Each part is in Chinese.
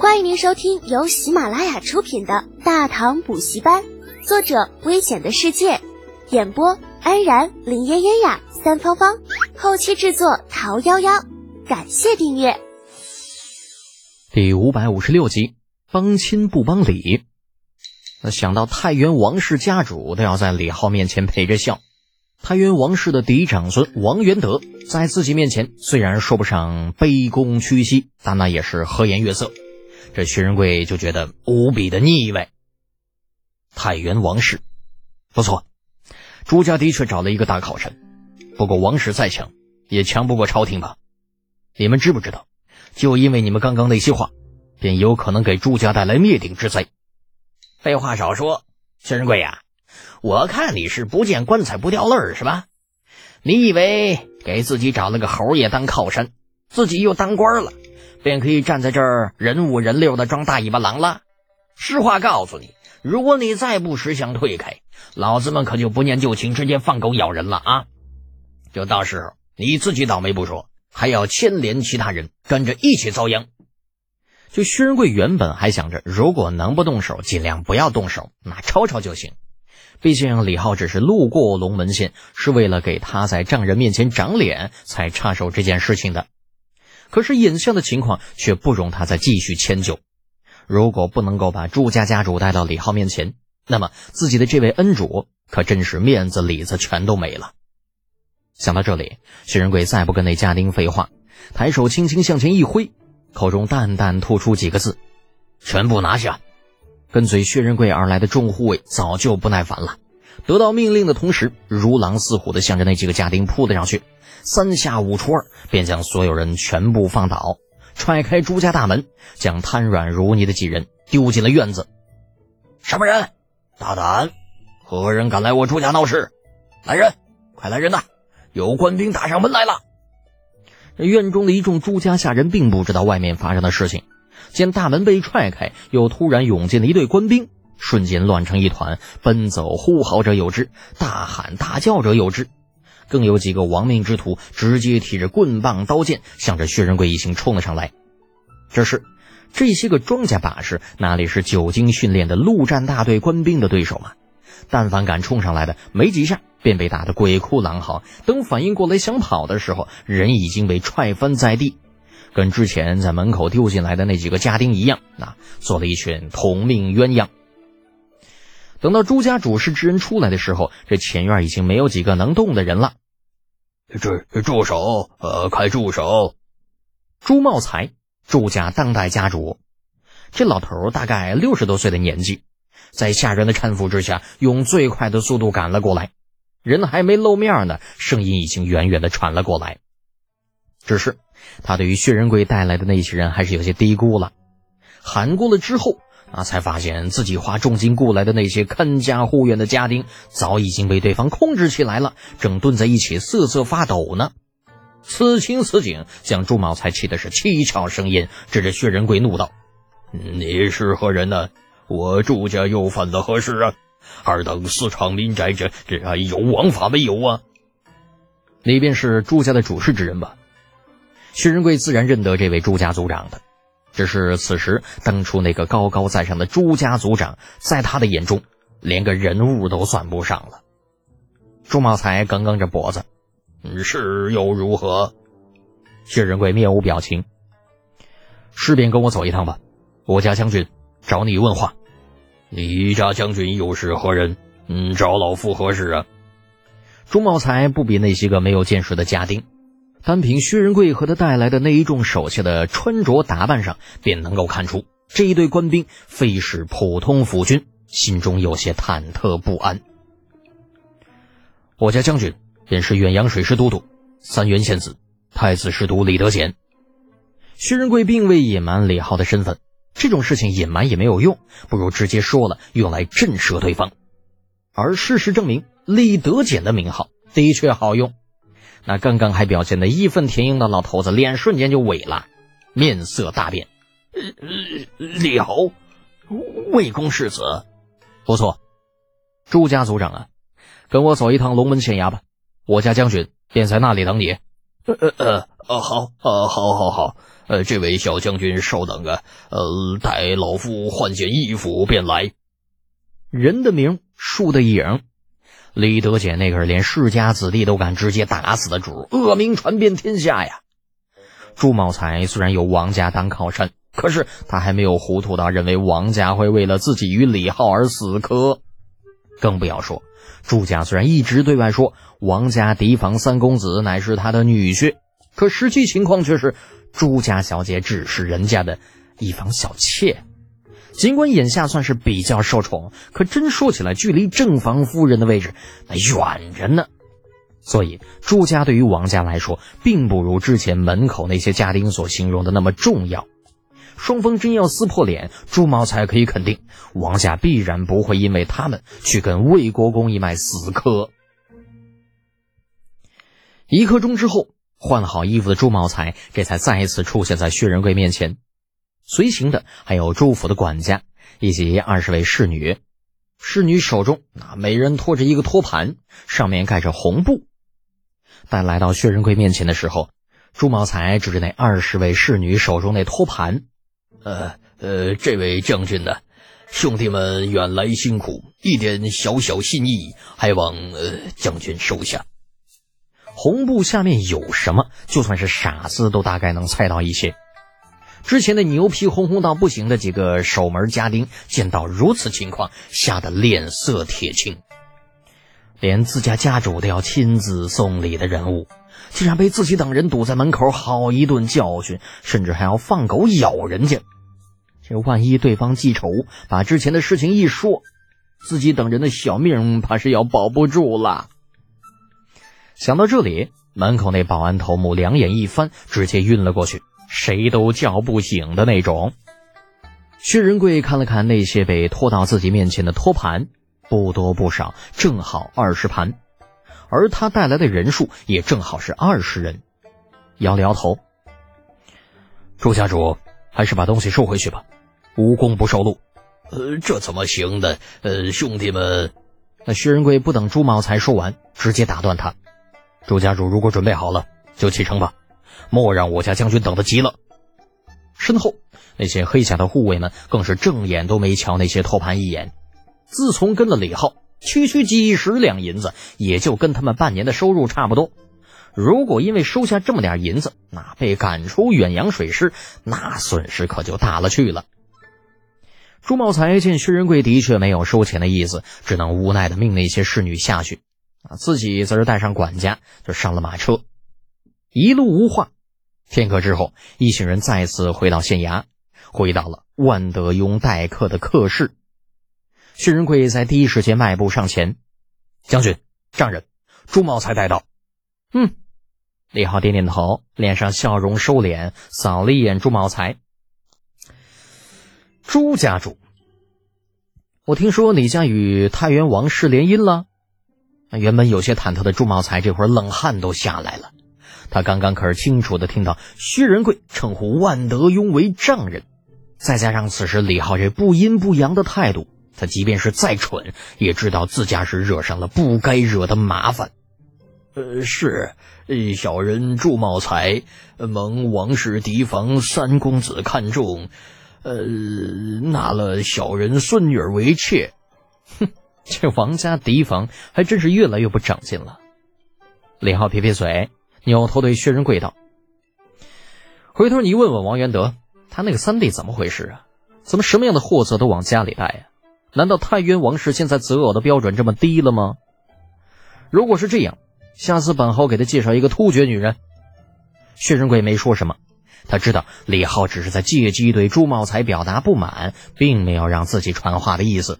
欢迎您收听由喜马拉雅出品的《大唐补习班》，作者危险的世界，演播安然、林嫣嫣呀、三芳芳，后期制作桃夭夭。感谢订阅。 第556集，帮亲不帮理。想到太原王氏家主都要在李浩面前陪着笑，太原王氏的嫡长孙王元德在自己面前虽然说不上卑躬屈膝，但那也是和颜悦色，这薛仁贵就觉得无比的腻歪。太原王氏不错，朱家的确找了一个大靠山，不过王氏再强也强不过朝廷吧。你们知不知道，就因为你们刚刚那些话，便有可能给朱家带来灭顶之灾。 废话少说，薛仁贵呀，我看你是不见棺材不掉泪儿是吧？你以为给自己找了个侯爷当靠山，自己又当官了，便可以站在这儿人五人六的装大尾巴狼了？实话告诉你，如果你再不识相退开，老子们可就不念旧情，直接放狗咬人了啊！就到时候你自己倒霉不说，还要牵连其他人跟着一起遭殃。 就薛仁贵原本还想着，如果能不动手尽量不要动手，那吵吵就行。毕竟李浩只是路过龙门县，是为了给他在丈人面前长脸才插手这件事情的。可是眼下的情况却不容他再继续迁就。如果不能够把朱家家主带到李浩面前，那么自己的这位恩主可真是面子里子全都没了。想到这里，薛仁贵再不跟那家丁废话，抬手轻轻向前一挥，口中淡淡吐出几个字： 全部拿下。 跟随薛仁贵而来的众护卫早就不耐烦了，得到命令的同时，如狼似虎地向着那几个家丁扑了上去，三下五除二便将所有人全部放倒，踹开朱家大门，将瘫软如泥的几人丢进了院子。 什么人？大胆！何人敢来我朱家闹事？来人，快来人呐！有官兵打上门来了。 院中的一众朱家下人并不知道外面发生的事情，见大门被踹开，又突然涌进了一队官兵，瞬间乱成一团，奔走呼号者有之，大喊大叫者有之，更有几个亡命之徒直接提着棍棒刀剑向着薛仁贵一行冲了上来。只是这些个庄稼把式哪里是久经训练的陆战大队官兵的对手嘛？但凡敢冲上来的，没几下便被打得鬼哭狼嚎，等反应过来想跑的时候，人已经被踹翻在地，跟之前在门口丢进来的那几个家丁一样，做了一群同命鸳鸯。等到朱家主事之人出来的时候，这前院已经没有几个能动的人了。 住手！快住手！ 朱茂才，朱家当代家主，这老头大概60多岁的年纪，在下人的搀扶之下，用最快的速度赶了过来。人还没露面呢，声音已经远远地传了过来。只是他对于薛仁贵带来的那些人还是有些低估了。喊过了之后，才发现自己花重金雇来的那些看家护院的家丁早已经被对方控制起来了，正蹲在一起瑟瑟发抖呢。此情此景将朱茂才气的是七窍生烟，指着薛仁贵怒道： 你是何人呢？我朱家又犯了何事啊？尔等私闯民宅，这还有王法没有啊？ 你便是朱家的主事之人吧？薛仁贵自然认得这位朱家族长的，只是此时当初那个高高在上的朱家族长，在他的眼中连个人物都算不上了。朱茂才梗梗着脖子： 是又如何？ 薛仁贵面无表情：是便跟我走一趟吧，我家将军找你问话。 你家将军又是何人？找老夫何事啊？ 朱茂才不比那些个没有见识的家丁，单凭薛仁贵和他带来的那一众手下的穿着打扮上，便能够看出这一队官兵非是普通府军，心中有些忐忑不安。我家将军便是远洋水师都督三原县子太子侍读李德俭。薛仁贵并未隐瞒李浩的身份，这种事情隐瞒也没有用，不如直接说了，用来震慑对方。而事实证明，李德俭的名号的确好用。那刚刚还表现得义愤填膺的老头子脸瞬间就萎了，面色大变。 李侯，魏公世子。 不错，朱家族长啊，跟我走一趟龙门县衙吧，我家将军便在那里等你。 好， 这位小将军稍等啊，待老夫换件衣服便来。 人的名，树的影。李德俭那个连世家子弟都敢直接打死的主，恶名传遍天下呀。朱茂才虽然有王家当靠山，可是他还没有糊涂到认为王家会为了自己与李浩而死磕。更不要说朱家虽然一直对外说王家嫡房三公子乃是他的女婿，可实际情况却是朱家小姐只是人家的一房小妾。尽管眼下算是比较受宠，可真说起来距离正房夫人的位置那远着呢。所以朱家对于王家来说并不如之前门口那些家丁所形容的那么重要。双方真要撕破脸，朱茂才可以肯定王家必然不会因为他们去跟魏国公一脉死磕。1刻钟之后，换好衣服的朱茂才这才再一次出现在薛仁贵面前，随行的还有朱府的管家以及20位侍女。侍女手中每人拖着一个托盘，上面盖着红布。但来到薛仁贵面前的时候，朱茂才指着那20位侍女手中那托盘， 这位将军呢，兄弟们远来辛苦，一点小小心意，还望将军收下。 红布下面有什么，就算是傻子都大概能猜到一些。之前的牛皮哄哄到不行的几个守门家丁见到如此情况，吓得脸色铁青。连自家家主都要亲自送礼的人物，竟然被自己等人堵在门口好一顿教训，甚至还要放狗咬人家。这万一对方记仇，把之前的事情一说，自己等人的小命怕是要保不住了。想到这里，门口那保安头目两眼一翻，直接晕了过去，谁都叫不醒的那种。薛仁贵看了看那些被拖到自己面前的托盘，不多不少，正好20盘，而他带来的人数也正好是20人。摇了摇头，朱家主，还是把东西收回去吧，无功不受禄。 这怎么行的？兄弟们。 那薛仁贵不等朱茂才说完，直接打断他。朱家主如果准备好了，就启程吧，莫让我家将军等得急了。身后那些黑甲的护卫们更是正眼都没瞧那些托盘一眼。自从跟了李浩，区区几十两银子，也就跟他们半年的收入差不多。如果因为收下这么点银子，那被赶出远洋水师，那损失可就大了去了。朱茂才见薛仁贵的确没有收钱的意思，只能无奈的命那些侍女下去，自己则是带上管家就上了马车。一路无话。片刻之后，一行人再次回到县衙，回到了万德庸待客的客室。薛仁贵在第一时间迈步上前，将军，丈人，朱茂才带到。李浩点点头，脸上笑容收敛，扫了一眼朱茂才。朱家主，我听说你家与太原王氏联姻了。原本有些忐忑的朱茂才这会儿冷汗都下来了。他刚刚可是清楚地听到薛仁贵称呼万德庸为丈人，再加上此时李浩这不阴不阳的态度，他即便是再蠢，也知道自家是惹上了不该惹的麻烦。 是，小人朱茂才蒙王氏嫡房三公子看中，纳了小人孙女儿为妾。 这王家嫡房还真是越来越不长进了。李浩撇撇嘴，扭头对薛仁贵道：回头你问问王元德，他那个三弟怎么回事啊？怎么什么样的货色都往家里带啊？难道太原王氏现在择偶的标准这么低了吗？如果是这样，下次本侯给他介绍一个突厥女人。薛仁贵没说什么，他知道李浩只是在借机对朱茂才表达不满，并没有让自己传话的意思。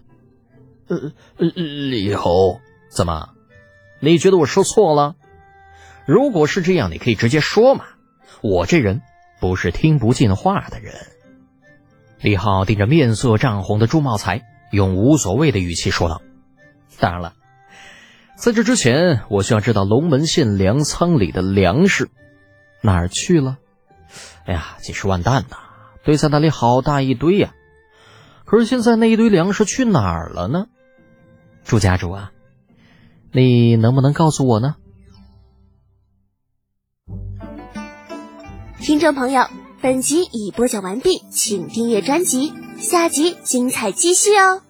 李侯， 怎么？你觉得我说错了？如果是这样，你可以直接说嘛。我这人不是听不进话的人。李浩盯着面色涨红的朱茂才，用无所谓的语气说道：当然了，在这之前，我需要知道龙门县粮仓里的粮食哪儿去了。哎呀，几十万担呐，堆在那里好大一堆呀。可是现在那一堆粮食去哪儿了呢？朱家主啊，你能不能告诉我呢？ 听众朋友， 本集已播讲完毕，请订阅专辑，下集精彩继续哦。